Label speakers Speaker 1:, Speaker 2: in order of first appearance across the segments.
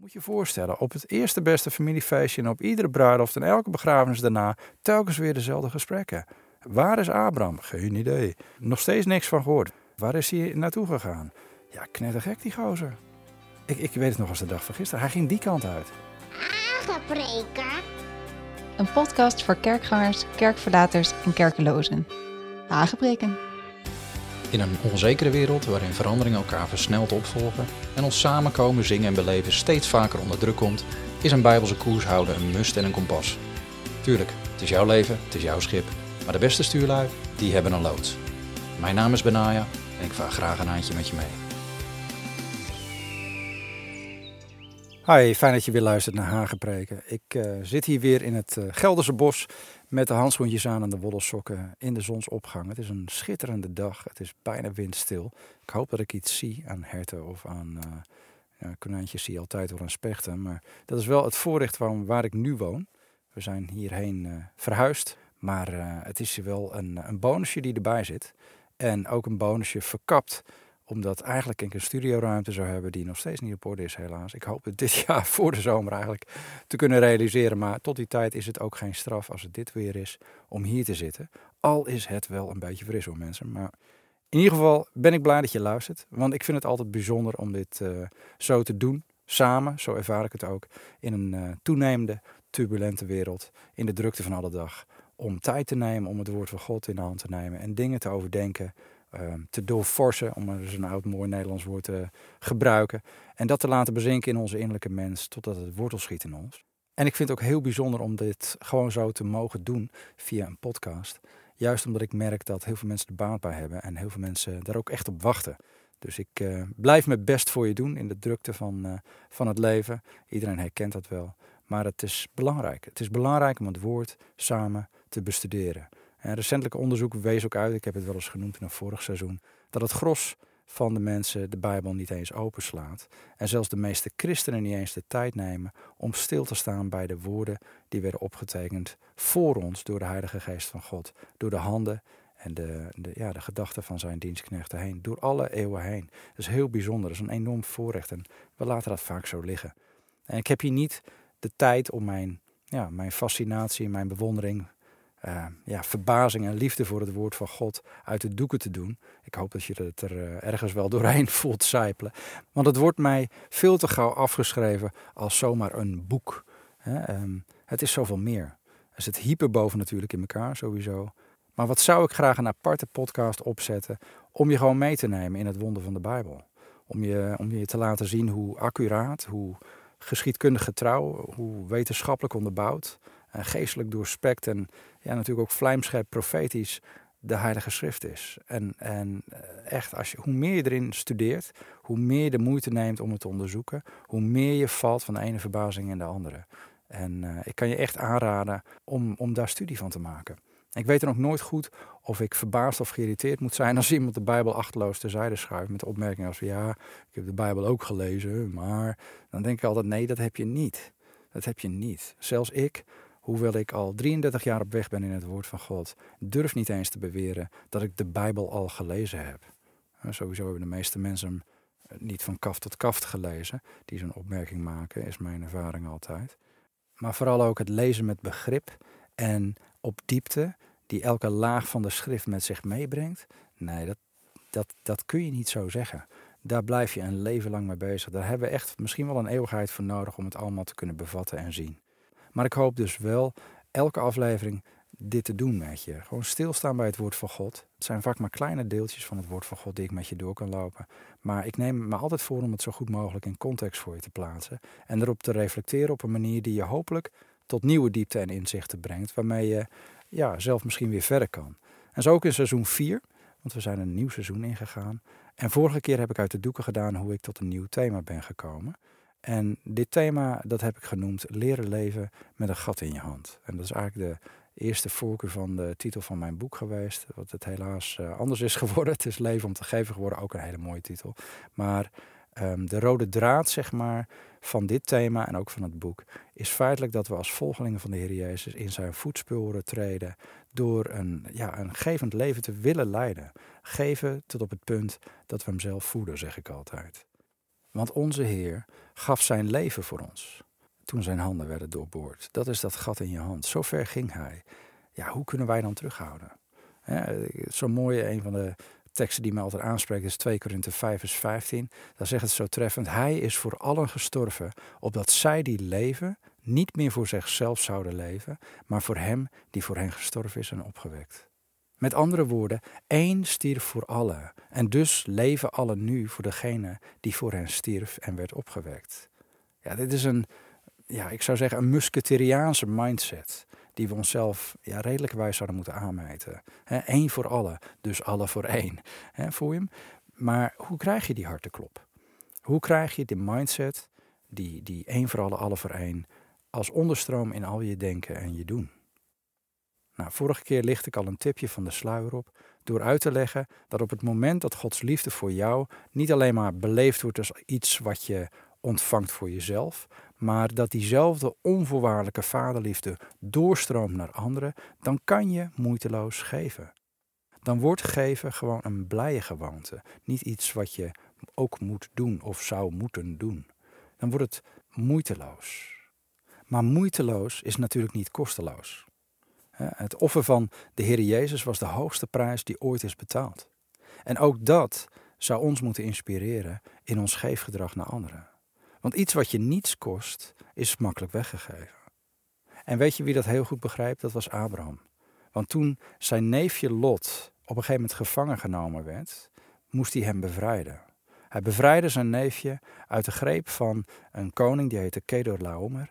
Speaker 1: Moet je voorstellen, op het eerste beste familiefeestje en op iedere bruiloft en elke begrafenis daarna telkens weer dezelfde gesprekken. Waar is Abraham? Geen idee. Nog steeds niks van gehoord. Waar is hij naartoe gegaan? Ja, knettergek die gozer. Ik weet het nog als de dag van gisteren. Hij ging die kant uit.
Speaker 2: Hagepreken.
Speaker 3: Een podcast voor kerkgangers, kerkverlaters en kerkelozen. Hagepreken.
Speaker 4: In een onzekere wereld waarin veranderingen elkaar versneld opvolgen en ons samenkomen, zingen en beleven steeds vaker onder druk komt, is een bijbelse koers houden een must en een kompas. Tuurlijk, het is jouw leven, het is jouw schip, maar de beste stuurlui, die hebben een loods. Mijn naam is Benaya en ik vaar graag een handje met je mee.
Speaker 1: Hi, fijn dat je weer luistert naar Hagepreken. Ik zit hier weer in het Gelderse bos met de handschoentjes aan en de wollen sokken in de zonsopgang. Het is een schitterende dag, het is bijna windstil. Ik hoop dat ik iets zie aan herten of aan konijntjes zie je altijd door aan spechten. Maar dat is wel het voorrecht waar ik nu woon. We zijn hierheen verhuisd, maar het is wel een bonusje die erbij zit. En ook een bonusje verkapt, omdat eigenlijk ik een studioruimte zou hebben die nog steeds niet op orde is helaas. Ik hoop het dit jaar voor de zomer eigenlijk te kunnen realiseren. Maar tot die tijd is het ook geen straf als het dit weer is om hier te zitten. Al is het wel een beetje fris hoor mensen. Maar in ieder geval ben ik blij dat je luistert. Want ik vind het altijd bijzonder om dit zo te doen. Samen, zo ervaar ik het ook. In een toenemende, turbulente wereld. In de drukte van alle dag. Om tijd te nemen, om het woord van God in de hand te nemen. En dingen te overdenken. Te doorforsen, om maar eens een oud mooi Nederlands woord te gebruiken. En dat te laten bezinken in onze innerlijke mens, totdat het wortel schiet in ons. En ik vind het ook heel bijzonder om dit gewoon zo te mogen doen via een podcast. Juist omdat ik merk dat heel veel mensen er baat bij hebben en heel veel mensen daar ook echt op wachten. Dus ik blijf mijn best voor je doen in de drukte van het leven. Iedereen herkent dat wel. Maar het is belangrijk. Het is belangrijk om het woord samen te bestuderen. En recentelijk onderzoek wees ook uit, ik heb het wel eens genoemd in een vorig seizoen, dat het gros van de mensen de Bijbel niet eens openslaat. En zelfs de meeste christenen niet eens de tijd nemen om stil te staan bij de woorden die werden opgetekend voor ons door de Heilige Geest van God. Door de handen en de gedachten van zijn dienstknechten heen. Door alle eeuwen heen. Dat is heel bijzonder, dat is een enorm voorrecht en we laten dat vaak zo liggen. En ik heb hier niet de tijd om mijn fascinatie, mijn bewondering, verbazing en liefde voor het woord van God uit de doeken te doen. Ik hoop dat je het er ergens wel doorheen voelt sijpelen. Want het wordt mij veel te gauw afgeschreven als zomaar een boek. Het is zoveel meer. Er zit hyperboven natuurlijk in elkaar sowieso. Maar wat zou ik graag een aparte podcast opzetten om je gewoon mee te nemen in het wonder van de Bijbel. Om je te laten zien hoe accuraat, hoe geschiedkundig getrouw, hoe wetenschappelijk onderbouwd, geestelijk doorspekt en natuurlijk ook vlijmscherp profetisch de Heilige Schrift is. En echt, hoe meer je erin studeert, hoe meer je de moeite neemt om het te onderzoeken, hoe meer je valt van de ene verbazing in de andere. En ik kan je echt aanraden om daar studie van te maken. Ik weet dan ook nooit goed of ik verbaasd of geïrriteerd moet zijn als iemand de Bijbel achteloos terzijde schuift met de opmerking als ik heb de Bijbel ook gelezen, maar dan denk ik altijd nee, dat heb je niet. Dat heb je niet. Zelfs ik, hoewel ik al 33 jaar op weg ben in het woord van God, durf niet eens te beweren dat ik de Bijbel al gelezen heb. Sowieso hebben de meeste mensen hem niet van kaft tot kaft gelezen, die zo'n opmerking maken, is mijn ervaring altijd. Maar vooral ook het lezen met begrip en op diepte, die elke laag van de schrift met zich meebrengt. Nee, dat kun je niet zo zeggen. Daar blijf je een leven lang mee bezig. Daar hebben we echt misschien wel een eeuwigheid voor nodig om het allemaal te kunnen bevatten en zien. Maar ik hoop dus wel elke aflevering dit te doen met je. Gewoon stilstaan bij het woord van God. Het zijn vaak maar kleine deeltjes van het woord van God die ik met je door kan lopen. Maar ik neem me altijd voor om het zo goed mogelijk in context voor je te plaatsen. En erop te reflecteren op een manier die je hopelijk tot nieuwe diepte en inzichten brengt. Waarmee je zelf misschien weer verder kan. En zo ook in seizoen 4, want we zijn een nieuw seizoen ingegaan. En vorige keer heb ik uit de doeken gedaan hoe ik tot een nieuw thema ben gekomen. En dit thema, dat heb ik genoemd leren leven met een gat in je hand. En dat is eigenlijk de eerste voorkeur van de titel van mijn boek geweest. Wat het helaas anders is geworden. Het is Leven om te geven geworden, ook een hele mooie titel. Maar de rode draad, zeg maar, van dit thema en ook van het boek is feitelijk dat we als volgelingen van de Heer Jezus in zijn voetsporen treden door een gevend leven te willen leiden. Geven tot op het punt dat we hem zelf voeden, zeg ik altijd. Want onze Heer gaf zijn leven voor ons toen zijn handen werden doorboord. Dat is dat gat in je hand. Zo ver ging hij. Ja, hoe kunnen wij dan terughouden? Zo mooi, een van de teksten die mij altijd aanspreekt is 2 Korinthe 5 vers 15. Daar zegt het zo treffend: hij is voor allen gestorven, opdat zij die leven niet meer voor zichzelf zouden leven, maar voor hem die voor hen gestorven is en opgewekt. Met andere woorden, één stierf voor allen. En dus leven allen nu voor degene die voor hen stierf en werd opgewekt. Ja, dit is een musketeriaanse mindset die we onszelf redelijk wijs zouden moeten aanmeten. Eén voor allen, dus alle voor één. Voel je hem? Maar hoe krijg je die harteklop? Hoe krijg je die mindset, die één voor allen, alle voor één, als onderstroom in al je denken en je doen? Nou, vorige keer lichtte ik al een tipje van de sluier op door uit te leggen dat op het moment dat Gods liefde voor jou niet alleen maar beleefd wordt als iets wat je ontvangt voor jezelf, maar dat diezelfde onvoorwaardelijke vaderliefde doorstroomt naar anderen, dan kan je moeiteloos geven. Dan wordt geven gewoon een blije gewoonte, niet iets wat je ook moet doen of zou moeten doen. Dan wordt het moeiteloos. Maar moeiteloos is natuurlijk niet kosteloos. Het offer van de Heer Jezus was de hoogste prijs die ooit is betaald. En ook dat zou ons moeten inspireren in ons geefgedrag naar anderen. Want iets wat je niets kost, is makkelijk weggegeven. En weet je wie dat heel goed begrijpt? Dat was Abraham. Want toen zijn neefje Lot op een gegeven moment gevangen genomen werd, moest hij hem bevrijden. Hij bevrijdde zijn neefje uit de greep van een koning die heette Kedorlaomer.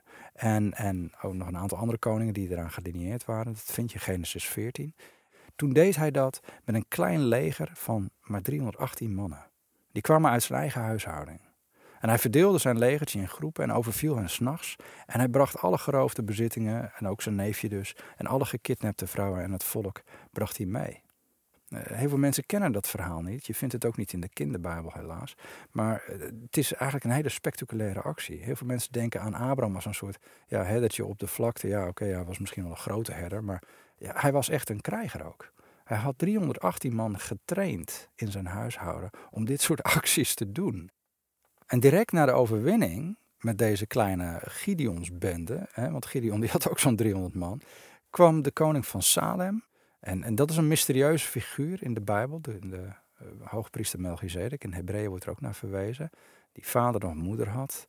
Speaker 1: En ook nog een aantal andere koningen die eraan gelinieerd waren. Dat vind je in Genesis 14. Toen deed hij dat met een klein leger van maar 318 mannen. Die kwamen uit zijn eigen huishouding. En hij verdeelde zijn legertje in groepen en overviel hen 's nachts. En hij bracht alle geroofde bezittingen, en ook zijn neefje dus, en alle gekidnapte vrouwen en het volk bracht hij mee. Heel veel mensen kennen dat verhaal niet. Je vindt het ook niet in de kinderbijbel helaas. Maar het is eigenlijk een hele spectaculaire actie. Heel veel mensen denken aan Abraham als een soort herdertje op de vlakte. Ja, oké, hij was misschien wel een grote herder, maar hij was echt een krijger ook. Hij had 318 man getraind in zijn huishouden om dit soort acties te doen. En direct na de overwinning met deze kleine Gideonsbende, want Gideon die had ook zo'n 300 man, kwam de koning van Salem. En dat is een mysterieuze figuur in de Bijbel, de hoogpriester Melchizedek. In Hebreeën wordt er ook naar verwezen, die vader of moeder had.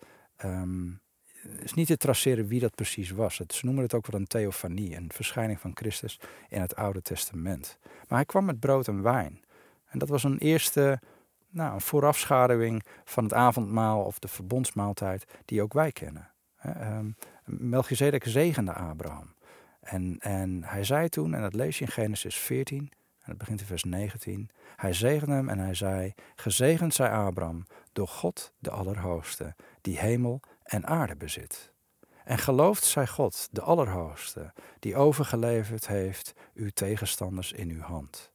Speaker 1: Het is niet te traceren wie dat precies was. Ze noemen het ook wel een theofanie, een verschijning van Christus in het Oude Testament. Maar hij kwam met brood en wijn. En dat was een eerste een voorafschaduwing van het avondmaal of de verbondsmaaltijd die ook wij kennen. Melchizedek zegende Abraham. En hij zei toen, en dat lees je in Genesis 14, en dat begint in vers 19. Hij zegende hem en hij zei: gezegend zij Abraham door God de Allerhoogste, die hemel en aarde bezit. En geloofd zij God de Allerhoogste, die overgeleverd heeft uw tegenstanders in uw hand.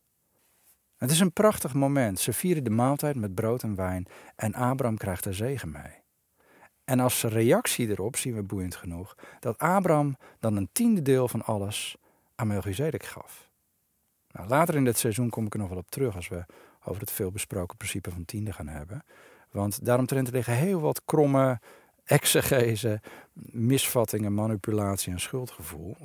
Speaker 1: Het is een prachtig moment. Ze vieren de maaltijd met brood en wijn en Abraham krijgt er zegen mee. En als reactie erop zien we boeiend genoeg dat Abraham dan een 10e deel van alles aan Melchizedek gaf. Nou, later in dit seizoen kom ik er nog wel op terug als we over het veelbesproken principe van tiende gaan hebben. Want daaromtrent liggen heel wat kromme exegese, misvattingen, manipulatie en schuldgevoel.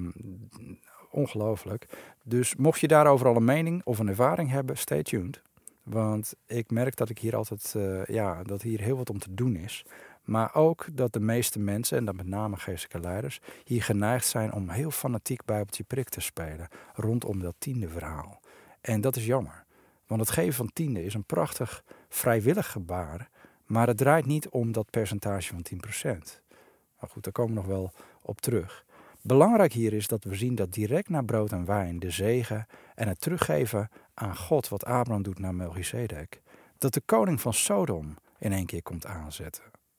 Speaker 1: Ongelooflijk. Dus mocht je daarover al een mening of een ervaring hebben, stay tuned. Want ik merk dat ik hier altijd, dat hier heel wat om te doen is. Maar ook dat de meeste mensen, en dan met name geestelijke leiders, hier geneigd zijn om heel fanatiek bijbeltje prik te spelen rondom dat 10e verhaal. En dat is jammer. Want het geven van 10e is een prachtig vrijwillig gebaar, maar het draait niet om dat percentage van 10%. Maar goed, daar komen we nog wel op terug. Belangrijk hier is dat we zien dat direct na brood en wijn de zegen en het teruggeven aan God wat Abraham doet naar Melchizedek, dat de koning van Sodom in één keer komt aanzetten.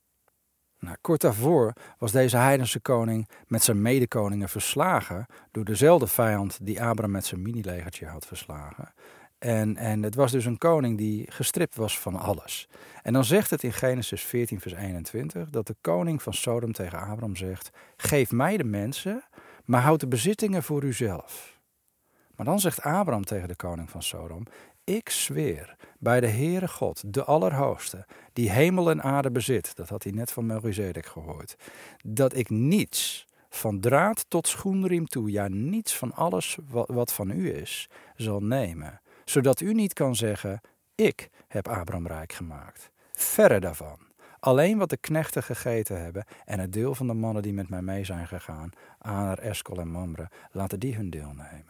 Speaker 1: Nou, kort daarvoor was deze heidense koning met zijn medekoningen verslagen door dezelfde vijand die Abraham met zijn minilegertje had verslagen. En het was dus een koning die gestript was van alles. En dan zegt het in Genesis 14 vers 21 dat de koning van Sodom tegen Abraham zegt: geef mij de mensen, maar houd de bezittingen voor uzelf. Maar dan zegt Abraham tegen de koning van Sodom: Ik zweer bij de Heere God, de Allerhoogste, die hemel en aarde bezit, dat had hij net van Melchizedek gehoord, dat ik niets, van draad tot schoenriem toe, ja niets van alles wat van u is, zal nemen, zodat u niet kan zeggen, ik heb Abraham rijk gemaakt. Verre daarvan. Alleen wat de knechten gegeten hebben en het deel van de mannen die met mij mee zijn gegaan, Aner, Eskol en Mamre, laten die hun deel nemen.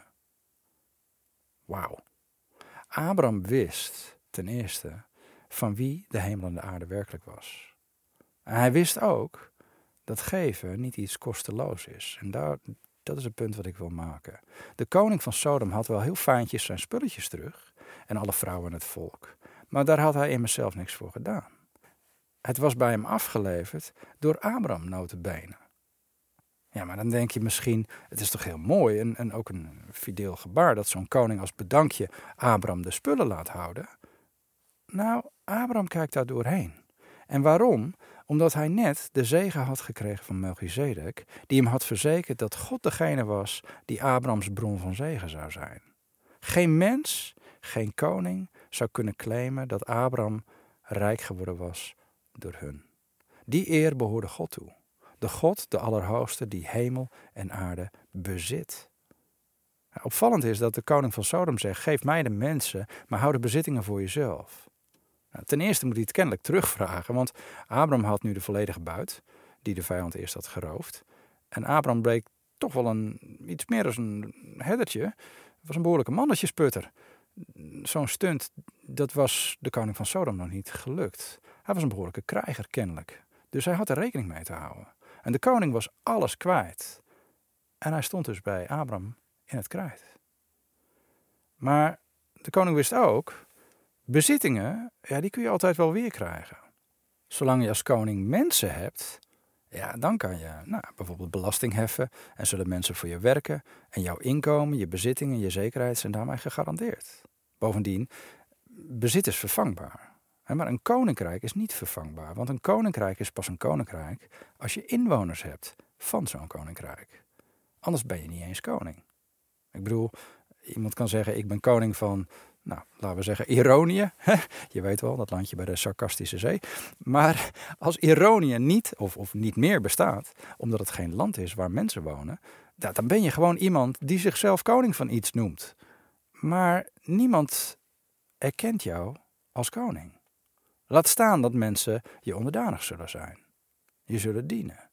Speaker 1: Wauw. Abraham wist ten eerste van wie de hemel en de aarde werkelijk was. En hij wist ook dat geven niet iets kosteloos is. En dat is het punt wat ik wil maken. De koning van Sodom had wel heel fijntjes zijn spulletjes terug en alle vrouwen en het volk. Maar daar had hij immers zelf niks voor gedaan. Het was bij hem afgeleverd door Abraham nota bene. Ja, maar dan denk je misschien, het is toch heel mooi en ook een fideel gebaar dat zo'n koning als bedankje Abraham de spullen laat houden. Nou, Abraham kijkt daar doorheen. En waarom? Omdat hij net de zegen had gekregen van Melchizedek, die hem had verzekerd dat God degene was die Abrahams bron van zegen zou zijn. Geen mens, geen koning zou kunnen claimen dat Abraham rijk geworden was door hun. Die eer behoorde God toe. De God, de Allerhoogste, die hemel en aarde bezit. Opvallend is dat de koning van Sodom zegt, geef mij de mensen, maar hou de bezittingen voor jezelf. Ten eerste moet hij het kennelijk terugvragen, want Abraham had nu de volledige buit, die de vijand eerst had geroofd. En Abraham bleek toch wel iets meer dan een herdertje. Het was een behoorlijke mannetjesputter. Zo'n stunt, dat was de koning van Sodom nog niet gelukt. Hij was een behoorlijke krijger kennelijk. Dus hij had er rekening mee te houden. En de koning was alles kwijt. En hij stond dus bij Abraham in het krijt. Maar de koning wist ook, bezittingen, ja, die kun je altijd wel weer krijgen. Zolang je als koning mensen hebt, ja, dan kan je bijvoorbeeld belasting heffen en zullen mensen voor je werken en jouw inkomen, je bezittingen, je zekerheid zijn daarmee gegarandeerd. Bovendien, bezit is vervangbaar. Maar een koninkrijk is niet vervangbaar, want een koninkrijk is pas een koninkrijk als je inwoners hebt van zo'n koninkrijk. Anders ben je niet eens koning. Ik bedoel, iemand kan zeggen, ik ben koning van, laten we zeggen, Ironië. Je weet wel, dat landje bij de Sarcastische Zee. Maar als Ironië niet of niet meer bestaat, omdat het geen land is waar mensen wonen, dan ben je gewoon iemand die zichzelf koning van iets noemt. Maar niemand erkent jou als koning. Laat staan dat mensen je onderdanig zullen zijn. Je zullen dienen.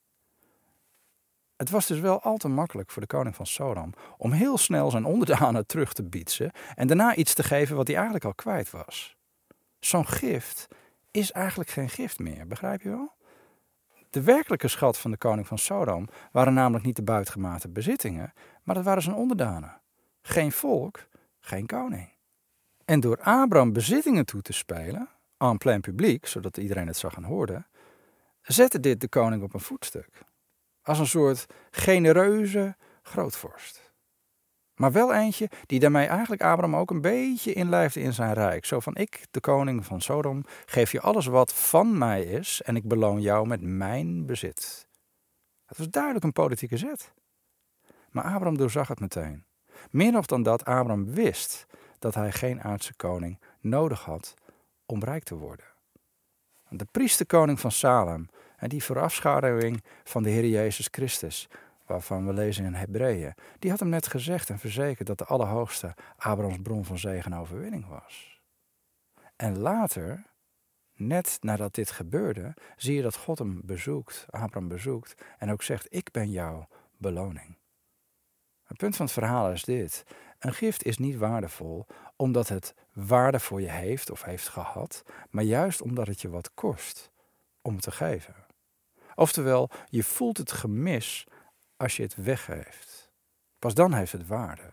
Speaker 1: Het was dus wel al te makkelijk voor de koning van Sodom om heel snel zijn onderdanen terug te bietsen en daarna iets te geven wat hij eigenlijk al kwijt was. Zo'n gift is eigenlijk geen gift meer, begrijp je wel? De werkelijke schat van de koning van Sodom waren namelijk niet de buitgemaakte bezittingen, maar dat waren zijn onderdanen. Geen volk, geen koning. En door Abraham bezittingen toe te spelen, en plein publiek, zodat iedereen het zag en hoorde, zette dit de koning op een voetstuk. Als een soort genereuze grootvorst. Maar wel eentje die daarmee eigenlijk Abraham ook een beetje inlijfde in zijn rijk. Zo van, ik, de koning van Sodom, geef je alles wat van mij is en ik beloon jou met mijn bezit. Het was duidelijk een politieke zet. Maar Abraham doorzag het meteen. Meer nog dan dat, Abraham wist dat hij geen aardse koning nodig had om rijk te worden. De priesterkoning van Salem, en die voorafschaduwing van de Heer Jezus Christus, waarvan we lezen in Hebreeën, die had hem net gezegd en verzekerd dat de Allerhoogste Abrahams bron van zegen en overwinning was. En later, net nadat dit gebeurde, zie je dat God hem bezoekt, Abraham bezoekt, en ook zegt, ik ben jouw beloning. Het punt van het verhaal is dit. Een gift is niet waardevol omdat het waarde voor je heeft of heeft gehad, maar juist omdat het je wat kost om het te geven. Oftewel, je voelt het gemis als je het weggeeft. Pas dan heeft het waarde.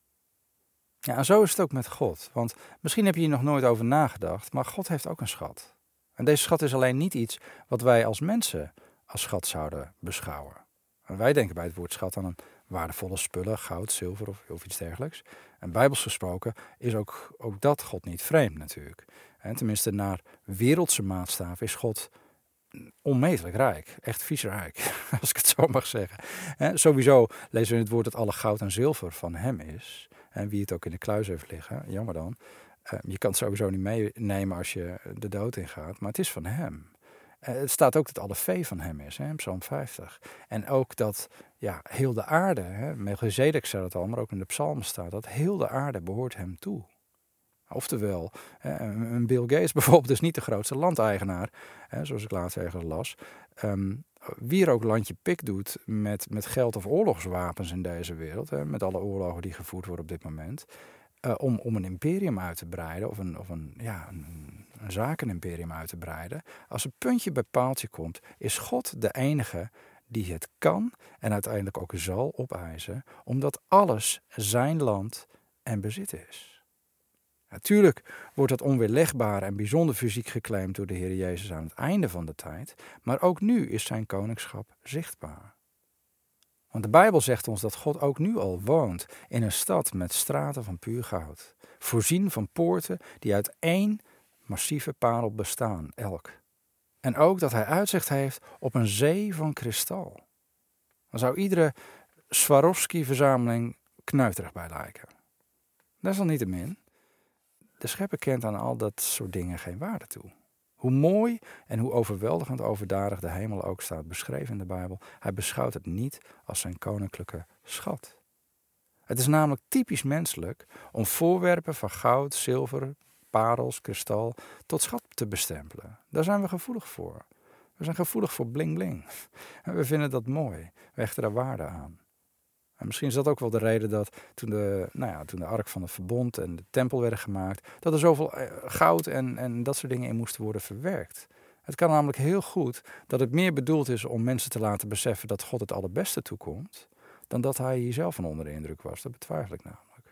Speaker 1: Ja, en zo is het ook met God. Want misschien heb je hier nog nooit over nagedacht, maar God heeft ook een schat. En deze schat is alleen niet iets wat wij als mensen als schat zouden beschouwen. En wij denken bij het woord schat aan een waardevolle spullen, goud, zilver of iets dergelijks. En bijbels gesproken is ook dat God niet vreemd natuurlijk. En tenminste, naar wereldse maatstaven is God onmetelijk rijk. Echt vies rijk, als ik het zo mag zeggen. Sowieso lezen we in het woord dat alle goud en zilver van hem is. En wie het ook in de kluis heeft liggen, jammer dan. Je kan het sowieso niet meenemen als je de dood ingaat, maar het is van hem. Het staat ook dat alle vee van hem is, hè, in Psalm 50. En ook dat heel de aarde, Melchizedek zei dat al, maar ook in de psalmen staat, dat heel de aarde behoort hem toe. Oftewel, een Bill Gates bijvoorbeeld is niet de grootste landeigenaar, zoals ik laatst ergens las. Wie er ook landje pik doet met geld of oorlogswapens in deze wereld, met alle oorlogen die gevoerd worden op dit moment, om een imperium uit te breiden of een zakenimperium uit te breiden. Als een puntje bij paaltje komt, is God de enige die het kan en uiteindelijk ook zal opeisen, omdat alles zijn land en bezit is. Natuurlijk wordt dat onweerlegbaar en bijzonder fysiek geclaimd door de Heer Jezus aan het einde van de tijd, maar ook nu is zijn koningschap zichtbaar. Want de Bijbel zegt ons dat God ook nu al woont in een stad met straten van puur goud, voorzien van poorten die uit één massieve parel bestaan, elk. En ook dat hij uitzicht heeft op een zee van kristal. Dan zou iedere Swarovski-verzameling kneuterig bij lijken. Desalniettemin, de schepper kent aan al dat soort dingen geen waarde toe. Hoe mooi en hoe overweldigend overdadig de hemel ook staat beschreven in de Bijbel, hij beschouwt het niet als zijn koninklijke schat. Het is namelijk typisch menselijk om voorwerpen van goud, zilver, parels, kristal tot schat te bestempelen. Daar zijn we gevoelig voor. We zijn gevoelig voor bling bling. En we vinden dat mooi. We hechten er waarde aan. En misschien is dat ook wel de reden dat toen de ark van het verbond en de tempel werden gemaakt, dat er zoveel goud en dat soort dingen in moesten worden verwerkt. Het kan namelijk heel goed dat het meer bedoeld is om mensen te laten beseffen dat God het allerbeste toekomt, dan dat hij hier zelf van onder de indruk was. Dat betwijfel ik namelijk.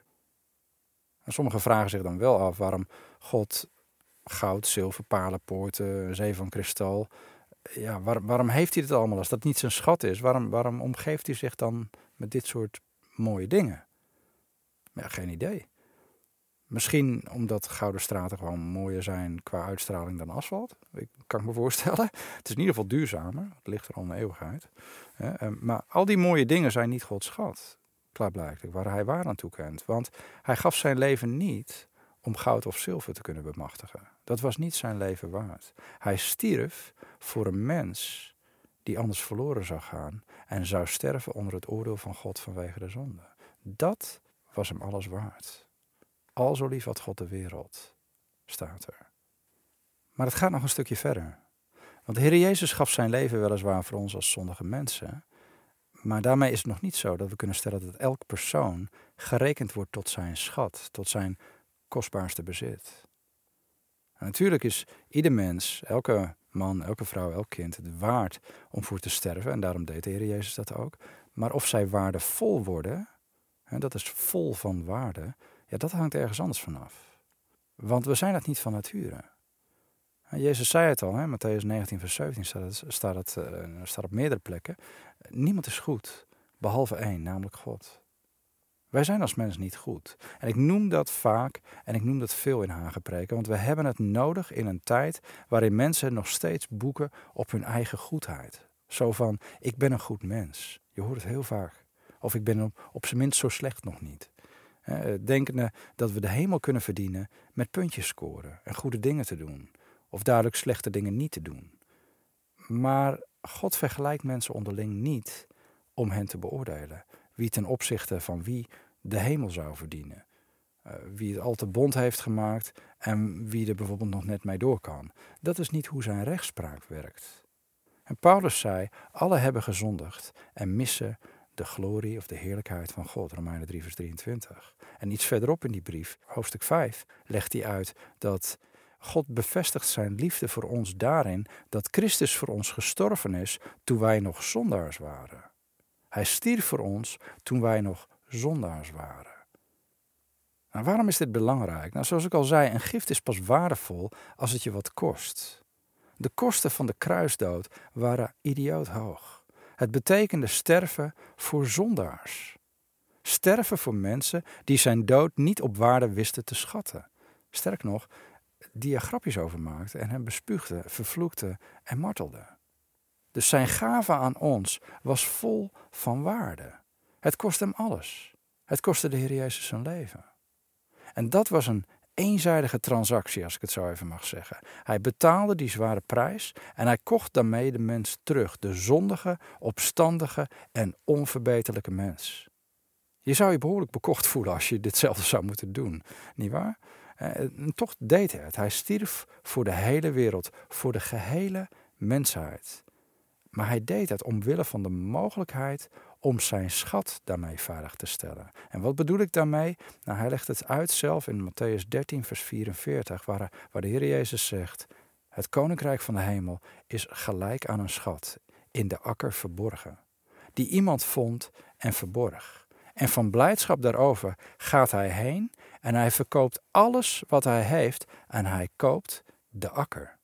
Speaker 1: En sommigen vragen zich dan wel af waarom God goud, zilver, paarlenpoorten, zee van kristal, waarom heeft hij dit allemaal als dat niet zijn schat is? Waarom omgeeft hij zich dan met dit soort mooie dingen? Ja, geen idee. Misschien omdat gouden straten gewoon mooier zijn qua uitstraling dan asfalt. Kan ik me voorstellen. Het is in ieder geval duurzamer. Het ligt er al een eeuwigheid. Maar al die mooie dingen zijn niet Gods schat. Klaarblijkelijk, waar hij waarde aan toekent. Want hij gaf zijn leven niet om goud of zilver te kunnen bemachtigen. Dat was niet zijn leven waard. Hij stierf voor een mens die anders verloren zou gaan en zou sterven onder het oordeel van God vanwege de zonde. Dat was hem alles waard. Al zo lief had God de wereld, staat er. Maar het gaat nog een stukje verder. Want de Heer Jezus gaf zijn leven weliswaar voor ons als zondige mensen, maar daarmee is het nog niet zo dat we kunnen stellen dat elk persoon gerekend wordt tot zijn schat, tot zijn kostbaarste bezit. En natuurlijk is ieder mens, elke man, elke vrouw, elk kind het waard om voor te sterven. En daarom deed de Heer Jezus dat ook. Maar of zij waardevol worden, dat is vol van waarde, dat hangt ergens anders vanaf. Want we zijn dat niet van nature. Jezus zei het al, Mattheüs 19 vers 17 staat op meerdere plekken. Niemand is goed, behalve één, namelijk God. Wij zijn als mens niet goed. En ik noem dat vaak en ik noem dat veel in Hagepreken, want we hebben het nodig in een tijd waarin mensen nog steeds boeken op hun eigen goedheid. Zo van, ik ben een goed mens. Je hoort het heel vaak. Of ik ben op zijn minst zo slecht nog niet. Denkende dat we de hemel kunnen verdienen met puntjes scoren en goede dingen te doen. Of duidelijk slechte dingen niet te doen. Maar God vergelijkt mensen onderling niet om hen te beoordelen. Wie ten opzichte van wie de hemel zou verdienen. Wie het al te bond heeft gemaakt en wie er bijvoorbeeld nog net mee door kan. Dat is niet hoe zijn rechtspraak werkt. En Paulus zei, alle hebben gezondigd en missen de glorie of de heerlijkheid van God. Romeinen 3 vers 23. En iets verderop in die brief, hoofdstuk 5, legt hij uit dat God bevestigt zijn liefde voor ons daarin dat Christus voor ons gestorven is toen wij nog zondaars waren. Hij stierf voor ons toen wij nog zondaars waren. Nou, waarom is dit belangrijk? Nou, zoals ik al zei, een gift is pas waardevol als het je wat kost. De kosten van de kruisdood waren idioot hoog. Het betekende sterven voor zondaars. Sterven voor mensen die zijn dood niet op waarde wisten te schatten. Sterk nog, die er grapjes over maakten en hem bespuugden, vervloekten en martelden. Dus zijn gave aan ons was vol van waarde. Het kostte hem alles. Het kostte de Heer Jezus zijn leven. En dat was een eenzijdige transactie, als ik het zo even mag zeggen. Hij betaalde die zware prijs en hij kocht daarmee de mens terug. De zondige, opstandige en onverbeterlijke mens. Je zou je behoorlijk bekocht voelen als je ditzelfde zou moeten doen, nietwaar? En toch deed hij het. Hij stierf voor de hele wereld, voor de gehele mensheid. Maar hij deed het omwille van de mogelijkheid om zijn schat daarmee veilig te stellen. En wat bedoel ik daarmee? Nou, hij legt het uit zelf in Mattheüs 13 vers 44, waar de Heer Jezus zegt: het koninkrijk van de hemel is gelijk aan een schat, in de akker verborgen, die iemand vond en verborg. En van blijdschap daarover gaat hij heen en hij verkoopt alles wat hij heeft en hij koopt de akker.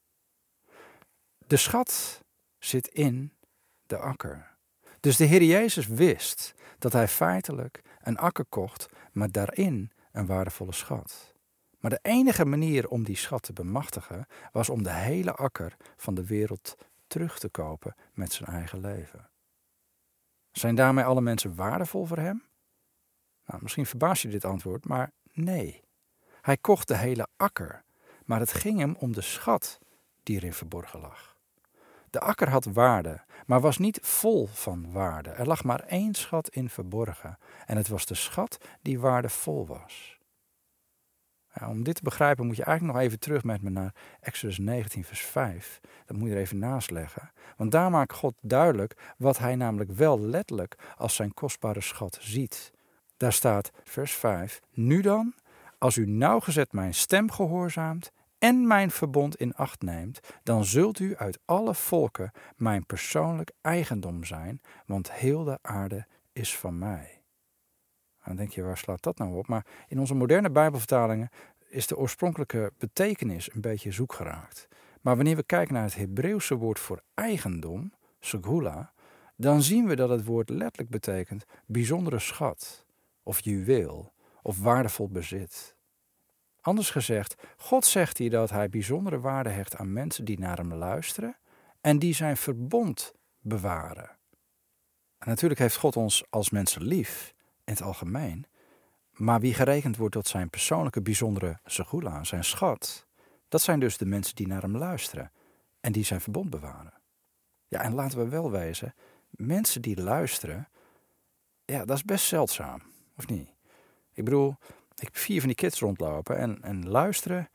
Speaker 1: De schat zit in de akker. Dus de Heer Jezus wist dat hij feitelijk een akker kocht, maar daarin een waardevolle schat. Maar de enige manier om die schat te bemachtigen was om de hele akker van de wereld terug te kopen met zijn eigen leven. Zijn daarmee alle mensen waardevol voor hem? Nou, misschien verbaast je dit antwoord, maar nee. Hij kocht de hele akker, maar het ging hem om de schat die erin verborgen lag. De akker had waarde, maar was niet vol van waarde. Er lag maar één schat in verborgen en het was de schat die waardevol was. Ja, om dit te begrijpen moet je eigenlijk nog even terug met me naar Exodus 19 vers 5. Dat moet je er even naast leggen. Want daar maakt God duidelijk wat hij namelijk wel letterlijk als zijn kostbare schat ziet. Daar staat vers 5. Nu dan, als u nauwgezet mijn stem gehoorzaamt en mijn verbond in acht neemt, dan zult u uit alle volken mijn persoonlijk eigendom zijn, want heel de aarde is van mij. Dan denk je, waar slaat dat nou op? Maar in onze moderne Bijbelvertalingen is de oorspronkelijke betekenis een beetje zoek geraakt. Maar wanneer we kijken naar het Hebreeuwse woord voor eigendom, segula, dan zien we dat het woord letterlijk betekent bijzondere schat, of juweel, of waardevol bezit. Anders gezegd, God zegt hier dat hij bijzondere waarde hecht aan mensen die naar hem luisteren en die zijn verbond bewaren. En natuurlijk heeft God ons als mensen lief, in het algemeen, maar wie gerekend wordt tot zijn persoonlijke bijzondere segula, zijn schat, dat zijn dus de mensen die naar hem luisteren en die zijn verbond bewaren. Ja, en laten we wel wezen, mensen die luisteren, ja, dat is best zeldzaam, of niet? Ik bedoel, ik heb 4 van die kids rondlopen en luisteren,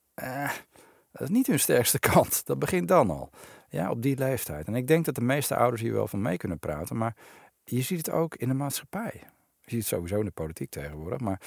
Speaker 1: dat is niet hun sterkste kant. Dat begint dan al, ja, op die leeftijd. En ik denk dat de meeste ouders hier wel van mee kunnen praten, maar je ziet het ook in de maatschappij. Je ziet het sowieso in de politiek tegenwoordig, maar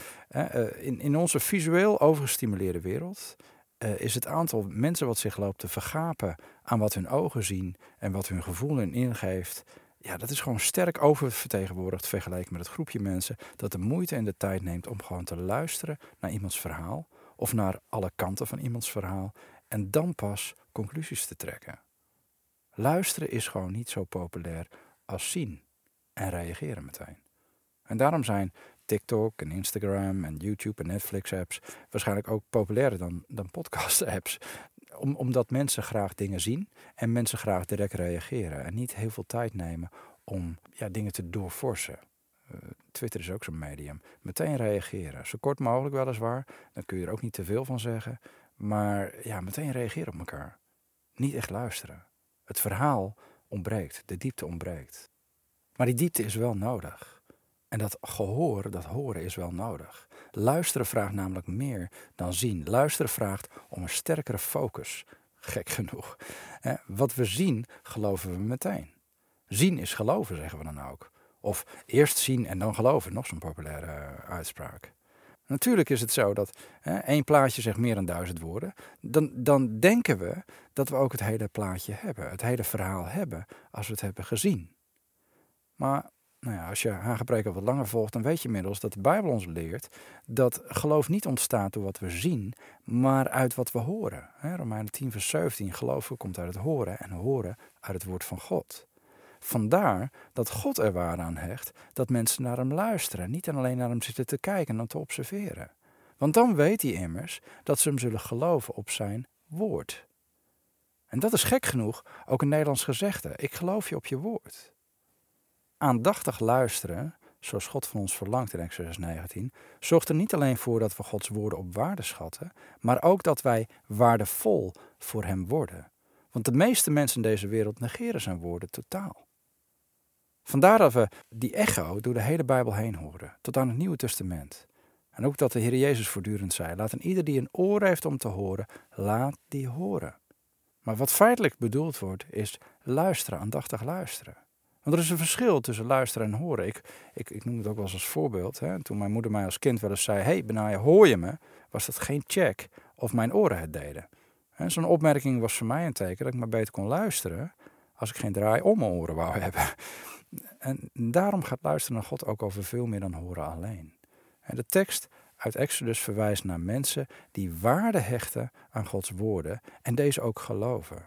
Speaker 1: in onze visueel overgestimuleerde wereld is het aantal mensen wat zich loopt te vergapen aan wat hun ogen zien en wat hun gevoel hun ingeeft, ja, dat is gewoon sterk oververtegenwoordigd vergeleken met het groepje mensen dat de moeite en de tijd neemt om gewoon te luisteren naar iemands verhaal of naar alle kanten van iemands verhaal en dan pas conclusies te trekken. Luisteren is gewoon niet zo populair als zien en reageren meteen. En daarom zijn TikTok en Instagram en YouTube en Netflix-apps waarschijnlijk ook populairder dan podcast-apps. Omdat mensen graag dingen zien en mensen graag direct reageren. En niet heel veel tijd nemen om dingen te doorforsen. Twitter is ook zo'n medium. Meteen reageren. Zo kort mogelijk weliswaar. Dan kun je er ook niet te veel van zeggen. Maar ja, meteen reageren op elkaar. Niet echt luisteren. Het verhaal ontbreekt. De diepte ontbreekt. Maar die diepte is wel nodig. En dat gehoor, dat horen is wel nodig. Luisteren vraagt namelijk meer dan zien. Luisteren vraagt om een sterkere focus. Gek genoeg. Wat we zien, geloven we meteen. Zien is geloven, zeggen we dan ook. Of eerst zien en dan geloven. Nog zo'n populaire uitspraak. Natuurlijk is het zo dat 1 plaatje zegt meer dan 1000 woorden. Dan denken we dat we ook het hele plaatje hebben. Het hele verhaal hebben als we het hebben gezien. Maar als je Hagepreken wat langer volgt, dan weet je inmiddels dat de Bijbel ons leert dat geloof niet ontstaat door wat we zien, maar uit wat we horen. Romeinen 10 vers 17, geloven komt uit het horen en horen uit het woord van God. Vandaar dat God er waarde aan hecht dat mensen naar hem luisteren, niet alleen naar hem zitten te kijken en te observeren. Want dan weet hij immers dat ze hem zullen geloven op zijn woord. En dat is gek genoeg ook een Nederlands gezegde, ik geloof je op je woord. Aandachtig luisteren zoals God van ons verlangt in Exodus 19, zorgt er niet alleen voor dat we Gods woorden op waarde schatten, maar ook dat wij waardevol voor hem worden. Want de meeste mensen in deze wereld negeren zijn woorden totaal. Vandaar dat we die echo door de hele Bijbel heen horen, tot aan het Nieuwe Testament. En ook dat de Heer Jezus voortdurend zei, laat een ieder die een oor heeft om te horen, laat die horen. Maar wat feitelijk bedoeld wordt, is luisteren, aandachtig luisteren. Want er is een verschil tussen luisteren en horen. Ik noem het ook wel eens als voorbeeld. Hè. Toen mijn moeder mij als kind wel eens zei, hey Benaja, hoor je me? Was dat geen check of mijn oren het deden. Zo'n opmerking was voor mij een teken dat ik maar beter kon luisteren als ik geen draai om mijn oren wou hebben. En daarom gaat luisteren naar God ook over veel meer dan horen alleen. En de tekst uit Exodus verwijst naar mensen die waarde hechten aan Gods woorden en deze ook geloven.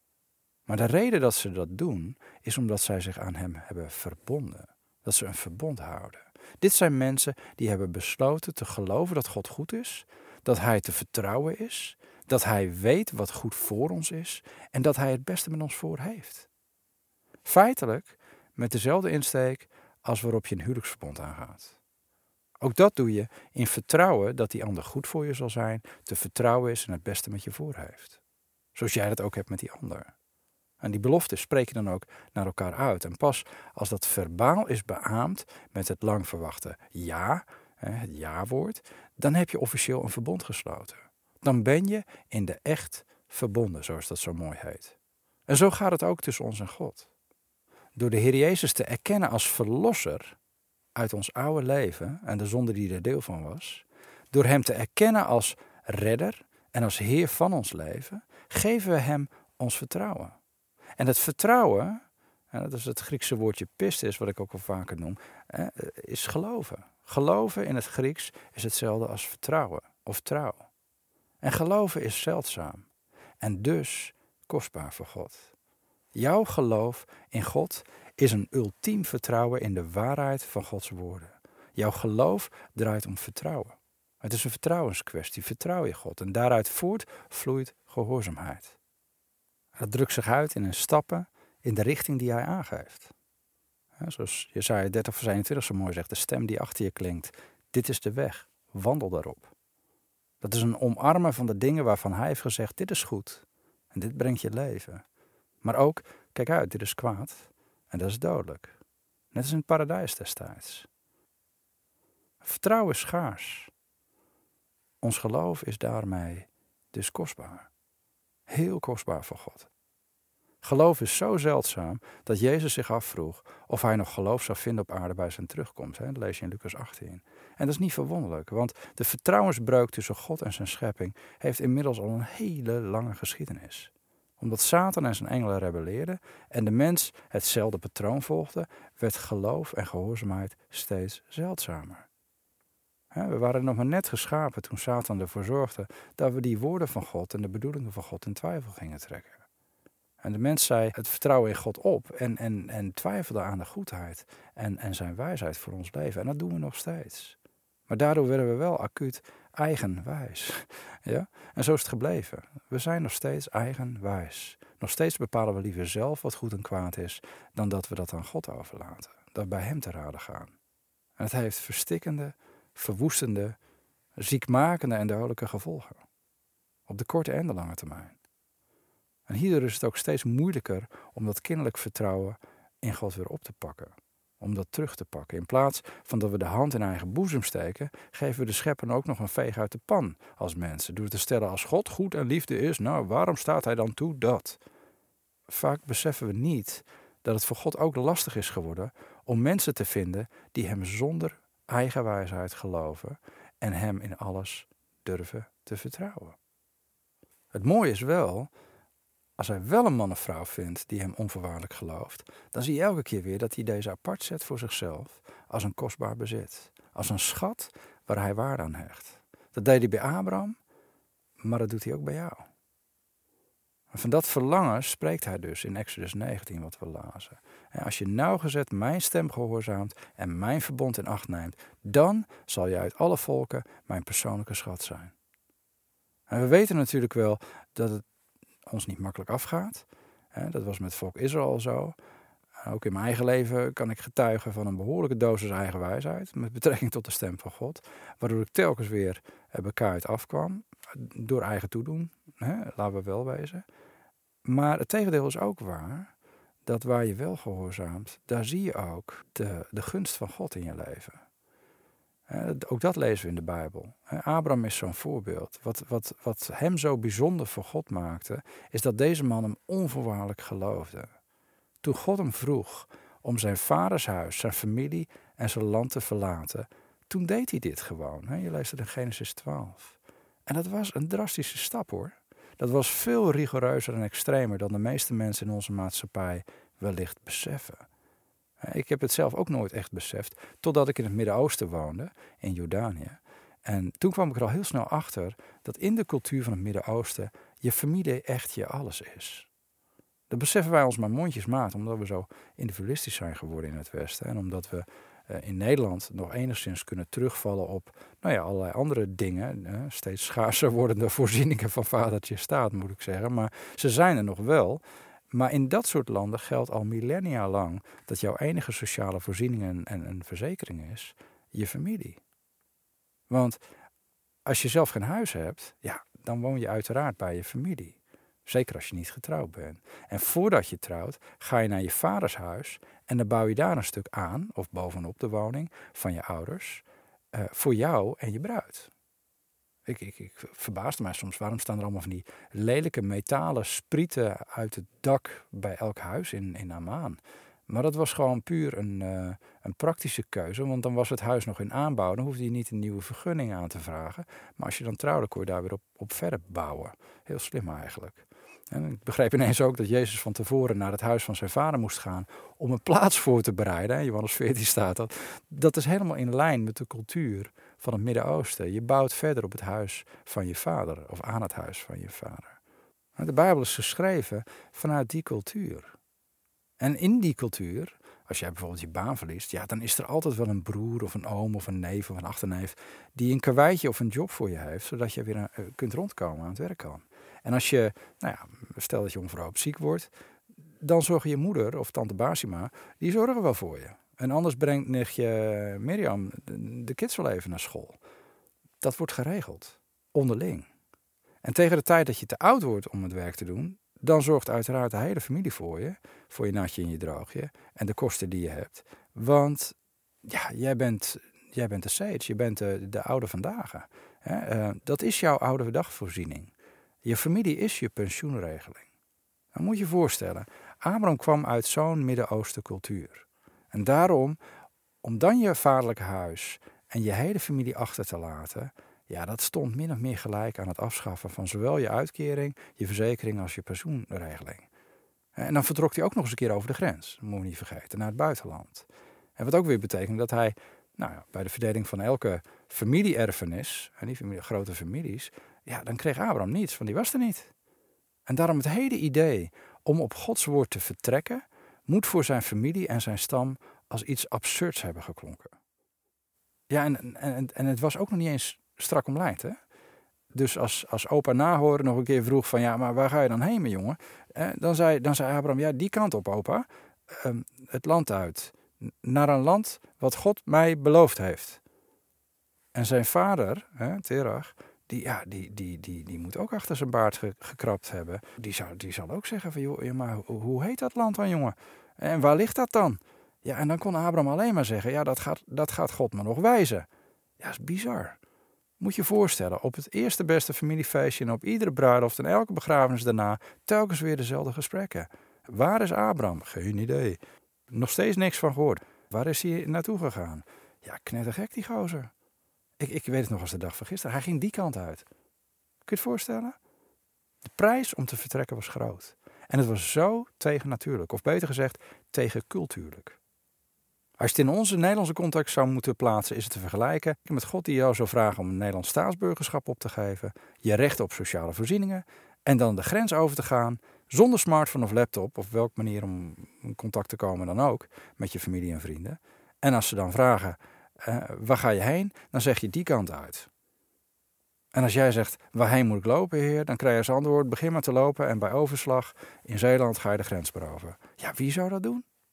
Speaker 1: Maar de reden dat ze dat doen, is omdat zij zich aan hem hebben verbonden. Dat ze een verbond houden. Dit zijn mensen die hebben besloten te geloven dat God goed is, dat hij te vertrouwen is, dat hij weet wat goed voor ons is en dat hij het beste met ons voor heeft. Feitelijk met dezelfde insteek als waarop je een huwelijksverbond aangaat. Ook dat doe je in vertrouwen dat die ander goed voor je zal zijn, te vertrouwen is en het beste met je voor heeft. Zoals jij dat ook hebt met die ander. En die beloftes spreek je dan ook naar elkaar uit. En pas als dat verbaal is beaamd met het lang verwachte ja, het ja-woord, dan heb je officieel een verbond gesloten. Dan ben je in de echt verbonden, zoals dat zo mooi heet. En zo gaat het ook tussen ons en God. Door de Heer Jezus te erkennen als verlosser uit ons oude leven en de zonde die er deel van was, door hem te erkennen als redder en als Heer van ons leven, geven we hem ons vertrouwen. En het vertrouwen, en dat is het Griekse woordje pistis, wat ik ook al vaker noem, is geloven. Geloven in het Grieks is hetzelfde als vertrouwen of trouw. En geloven is zeldzaam en dus kostbaar voor God. Jouw geloof in God is een ultiem vertrouwen in de waarheid van Gods woorden. Jouw geloof draait om vertrouwen. Het is een vertrouwenskwestie, vertrouw je God. En daaruit voortvloeit gehoorzaamheid. Dat drukt zich uit in een stappen in de richting die hij aangeeft. Zoals Jesaja 30 vers 21 zo mooi zegt, de stem die achter je klinkt. Dit is de weg, wandel daarop. Dat is een omarmen van de dingen waarvan hij heeft gezegd, dit is goed. En dit brengt je leven. Maar ook, kijk uit, dit is kwaad. En dat is dodelijk. Net als in het paradijs destijds. Vertrouwen is schaars. Ons geloof is daarmee dus kostbaar. Heel kostbaar voor God. Geloof is zo zeldzaam dat Jezus zich afvroeg of hij nog geloof zou vinden op aarde bij zijn terugkomst. Dat lees je in Lucas 18. En dat is niet verwonderlijk, want de vertrouwensbreuk tussen God en zijn schepping heeft inmiddels al een hele lange geschiedenis. Omdat Satan en zijn engelen rebelleerden en de mens hetzelfde patroon volgde, werd geloof en gehoorzaamheid steeds zeldzamer. We waren nog maar net geschapen toen Satan ervoor zorgde dat we die woorden van God en de bedoelingen van God in twijfel gingen trekken. En de mens zei het vertrouwen in God op en twijfelde aan de goedheid en zijn wijsheid voor ons leven. En dat doen we nog steeds. Maar daardoor werden we wel acuut eigenwijs. Ja? En zo is het gebleven. We zijn nog steeds eigenwijs. Nog steeds bepalen we liever zelf wat goed en kwaad is, dan dat we dat aan God overlaten. Dat bij hem te raden gaan. En het heeft verstikkende, verwoestende, ziekmakende en dodelijke gevolgen. Op de korte en de lange termijn. En hierdoor is het ook steeds moeilijker om dat kinderlijk vertrouwen in God weer op te pakken. Om dat terug te pakken. In plaats van dat we de hand in eigen boezem steken, geven we de schepper ook nog een veeg uit de pan als mensen. Door te stellen als God goed en liefde is, nou waarom staat hij dan toe dat? Vaak beseffen we niet dat het voor God ook lastig is geworden om mensen te vinden die hem zonder eigen wijsheid geloven en hem in alles durven te vertrouwen. Het mooie is wel, als hij wel een man of vrouw vindt die hem onvoorwaardelijk gelooft, dan zie je elke keer weer dat hij deze apart zet voor zichzelf als een kostbaar bezit. Als een schat waar hij waarde aan hecht. Dat deed hij bij Abraham, maar dat doet hij ook bij jou. En van dat verlangen spreekt hij dus in Exodus 19 wat we lazen. En als je nauwgezet mijn stem gehoorzaamt en mijn verbond in acht neemt, dan zal je uit alle volken mijn persoonlijke schat zijn. En we weten natuurlijk wel dat het ons niet makkelijk afgaat. Dat was met het volk Israël zo. Ook in mijn eigen leven kan ik getuigen van een behoorlijke dosis eigen wijsheid met betrekking tot de stem van God, waardoor ik telkens weer bekaaid afkwam door eigen toedoen, laten we wel wezen. Maar het tegendeel is ook waar, dat waar je wel gehoorzaamt, daar zie je ook de gunst van God in je leven. Ook dat lezen we in de Bijbel. Abraham is zo'n voorbeeld. Wat hem zo bijzonder voor God maakte, is dat deze man hem onvoorwaardelijk geloofde. Toen God hem vroeg om zijn vaders huis, zijn familie en zijn land te verlaten, toen deed hij dit gewoon. Je leest het in Genesis 12. En dat was een drastische stap hoor. Dat was veel rigoureuzer en extremer dan de meeste mensen in onze maatschappij wellicht beseffen. Ik heb het zelf ook nooit echt beseft, totdat ik in het Midden-Oosten woonde, in Jordanië. En toen kwam ik er al heel snel achter dat in de cultuur van het Midden-Oosten je familie echt je alles is. Dat beseffen wij ons maar mondjesmaat, omdat we zo individualistisch zijn geworden in het Westen. En omdat we in Nederland nog enigszins kunnen terugvallen op allerlei andere dingen. Steeds schaarser wordende voorzieningen van vadertje staat, moet ik zeggen. Maar ze zijn er nog wel. Maar in dat soort landen geldt al millennia lang dat jouw enige sociale voorziening en verzekering is je familie. Want als je zelf geen huis hebt, dan woon je uiteraard bij je familie. Zeker als je niet getrouwd bent. En voordat je trouwt, ga je naar je vaders huis en dan bouw je daar een stuk aan, of bovenop de woning van je ouders, voor jou en je bruid. Ik verbaasde mij soms, waarom staan er allemaal van die lelijke metalen sprieten uit het dak bij elk huis in Amman. Maar dat was gewoon puur een praktische keuze, want dan was het huis nog in aanbouw. Dan hoefde je niet een nieuwe vergunning aan te vragen. Maar als je dan trouwde, kon je daar weer op verder bouwen. Heel slim eigenlijk. En ik begreep ineens ook dat Jezus van tevoren naar het huis van zijn vader moest gaan om een plaats voor te bereiden. In Johannes 14 staat dat. Dat is helemaal in lijn met de cultuur van het Midden-Oosten. Je bouwt verder op het huis van je vader of aan het huis van je vader. De Bijbel is geschreven vanuit die cultuur. En in die cultuur, als jij bijvoorbeeld je baan verliest, dan is er altijd wel een broer of een oom of een neef of een achterneef die een karweitje of een job voor je heeft, zodat je weer kunt rondkomen aan het werk kan. En als je, stel dat je onverhoopt ziek wordt, dan zorgen je moeder of tante Basima, die zorgen wel voor je. En anders brengt nichtje Mirjam de kids wel even naar school. Dat wordt geregeld, onderling. En tegen de tijd dat je te oud wordt om het werk te doen, dan zorgt uiteraard de hele familie voor je natje en je droogje en de kosten die je hebt. Want jij bent de sage, je bent de oude vandaag. Dat is jouw oude dagvoorziening. Je familie is je pensioenregeling. Dan moet je je voorstellen, Abraham kwam uit zo'n Midden-Oosten cultuur. En daarom, om dan je vaderlijke huis en je hele familie achter te laten, dat stond min of meer gelijk aan het afschaffen van zowel je uitkering, je verzekering als je pensioenregeling. En dan vertrok hij ook nog eens een keer over de grens, dat moeten we niet vergeten, naar het buitenland. En wat ook weer betekent dat hij bij de verdeling van elke familie-erfenis, en die grote families, dan kreeg Abraham niets, want die was er niet. En daarom het hele idee om op Gods woord te vertrekken, moet voor zijn familie en zijn stam als iets absurds hebben geklonken. En het was ook nog niet eens strak omlijnd, hè? Dus als opa Nahor nog een keer vroeg van, maar waar ga je dan heen, mijn jongen? Dan zei Abraham, die kant op, opa. Het land uit. Naar een land wat God mij beloofd heeft. En zijn vader, Terach, die moet ook achter zijn baard gekrapt hebben. Die zal ook zeggen van, joh, maar hoe heet dat land dan, jongen? En waar ligt dat dan? En dan kon Abraham alleen maar zeggen, dat gaat God me nog wijzen. Dat is bizar. Moet je voorstellen, op het eerste beste familiefeestje en op iedere bruiloft en elke begrafenis daarna telkens weer dezelfde gesprekken. Waar is Abraham? Geen idee. Nog steeds niks van gehoord. Waar is hij naartoe gegaan? Knettergek die gozer. Ik weet het nog als de dag van gisteren. Hij ging die kant uit. Kun je het voorstellen? De prijs om te vertrekken was groot. En het was zo tegennatuurlijk. Of beter gezegd, tegencultuurlijk. Als je het in onze Nederlandse context zou moeten plaatsen, is het te vergelijken met God die jou zou vragen om een Nederlands staatsburgerschap op te geven, je recht op sociale voorzieningen en dan de grens over te gaan zonder smartphone of laptop of welke manier om in contact te komen dan ook met je familie en vrienden. En als ze dan vragen, waar ga je heen? Dan zeg je die kant uit. En als jij zegt, waarheen moet ik lopen, heer? Dan krijg je als antwoord, begin maar te lopen en bij overslag in Zeeland ga je de grens beroven. Wie zou dat doen?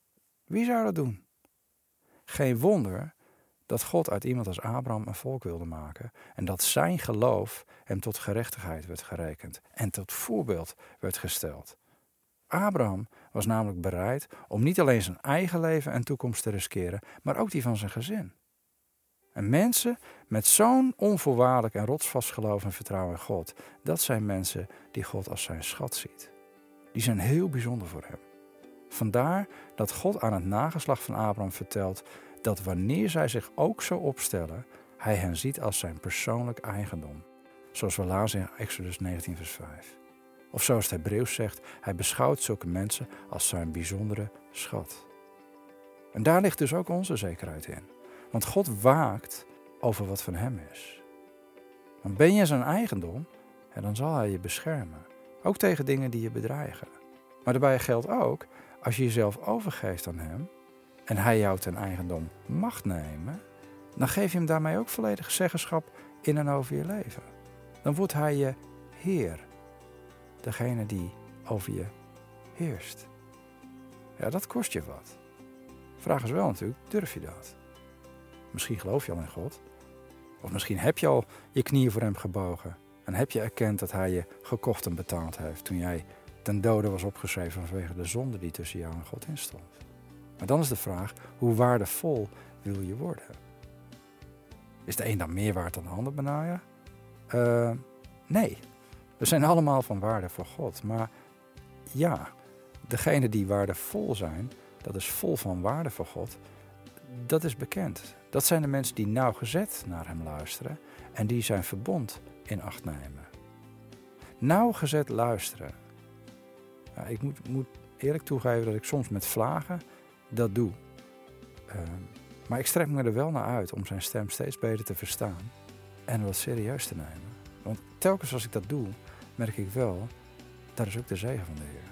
Speaker 1: Wie zou dat doen? Geen wonder dat God uit iemand als Abraham een volk wilde maken en dat zijn geloof hem tot gerechtigheid werd gerekend en tot voorbeeld werd gesteld. Abraham was namelijk bereid om niet alleen zijn eigen leven en toekomst te riskeren, maar ook die van zijn gezin. En mensen met zo'n onvoorwaardelijk en rotsvast geloof en vertrouwen in God, dat zijn mensen die God als zijn schat ziet. Die zijn heel bijzonder voor hem. Vandaar dat God aan het nageslacht van Abraham vertelt dat wanneer zij zich ook zo opstellen, hij hen ziet als zijn persoonlijk eigendom. Zoals we lazen in Exodus 19 vers 5. Of zoals het Hebreeuws zegt, hij beschouwt zulke mensen als zijn bijzondere schat. En daar ligt dus ook onze zekerheid in. Want God waakt over wat van hem is. Want ben je zijn eigendom, dan zal hij je beschermen. Ook tegen dingen die je bedreigen. Maar daarbij geldt ook, als je jezelf overgeeft aan hem en hij jou ten eigendom mag nemen, dan geef je hem daarmee ook volledig zeggenschap in en over je leven. Dan wordt hij je Heer. Degene die over je heerst. Ja, dat kost je wat. Vraag is wel natuurlijk, durf je dat? Misschien geloof je al in God. Of misschien heb je al je knieën voor hem gebogen. En heb je erkend dat hij je gekocht en betaald heeft toen jij ten dode was opgeschreven vanwege de zonde die tussen jou en God instond. Maar dan is de vraag, hoe waardevol wil je worden? Is de een dan meer waard dan de ander, Benaya? Nee. We zijn allemaal van waarde voor God. Maar ja, degenen die waardevol zijn, dat is vol van waarde voor God, dat is bekend. Dat zijn de mensen die nauwgezet naar hem luisteren en die zijn verbond in acht nemen. Nauwgezet luisteren. Ja, ik moet eerlijk toegeven dat ik soms met vlagen dat doe. Maar ik strek me er wel naar uit om zijn stem steeds beter te verstaan en wat serieus te nemen. Want telkens als ik dat doe, merk ik wel, dat is ook de zegen van de Heer.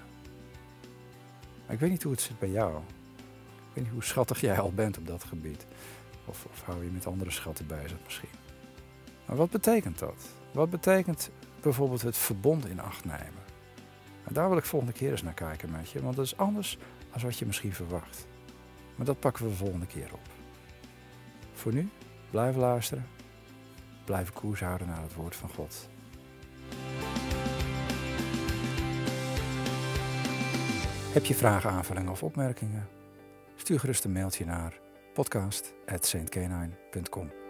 Speaker 1: Maar ik weet niet hoe het zit bij jou. Ik weet niet hoe schattig jij al bent op dat gebied. Of hou je met andere schatten bezig misschien. Maar wat betekent dat? Wat betekent bijvoorbeeld het verbond in acht nemen? En daar wil ik volgende keer eens naar kijken met je. Want dat is anders dan wat je misschien verwacht. Maar dat pakken we de volgende keer op. Voor nu, blijf luisteren. Blijf koers houden naar het woord van God. Heb je vragen, aanvullingen of opmerkingen? Stuur gerust een mailtje naar podcast@saintkenine.com.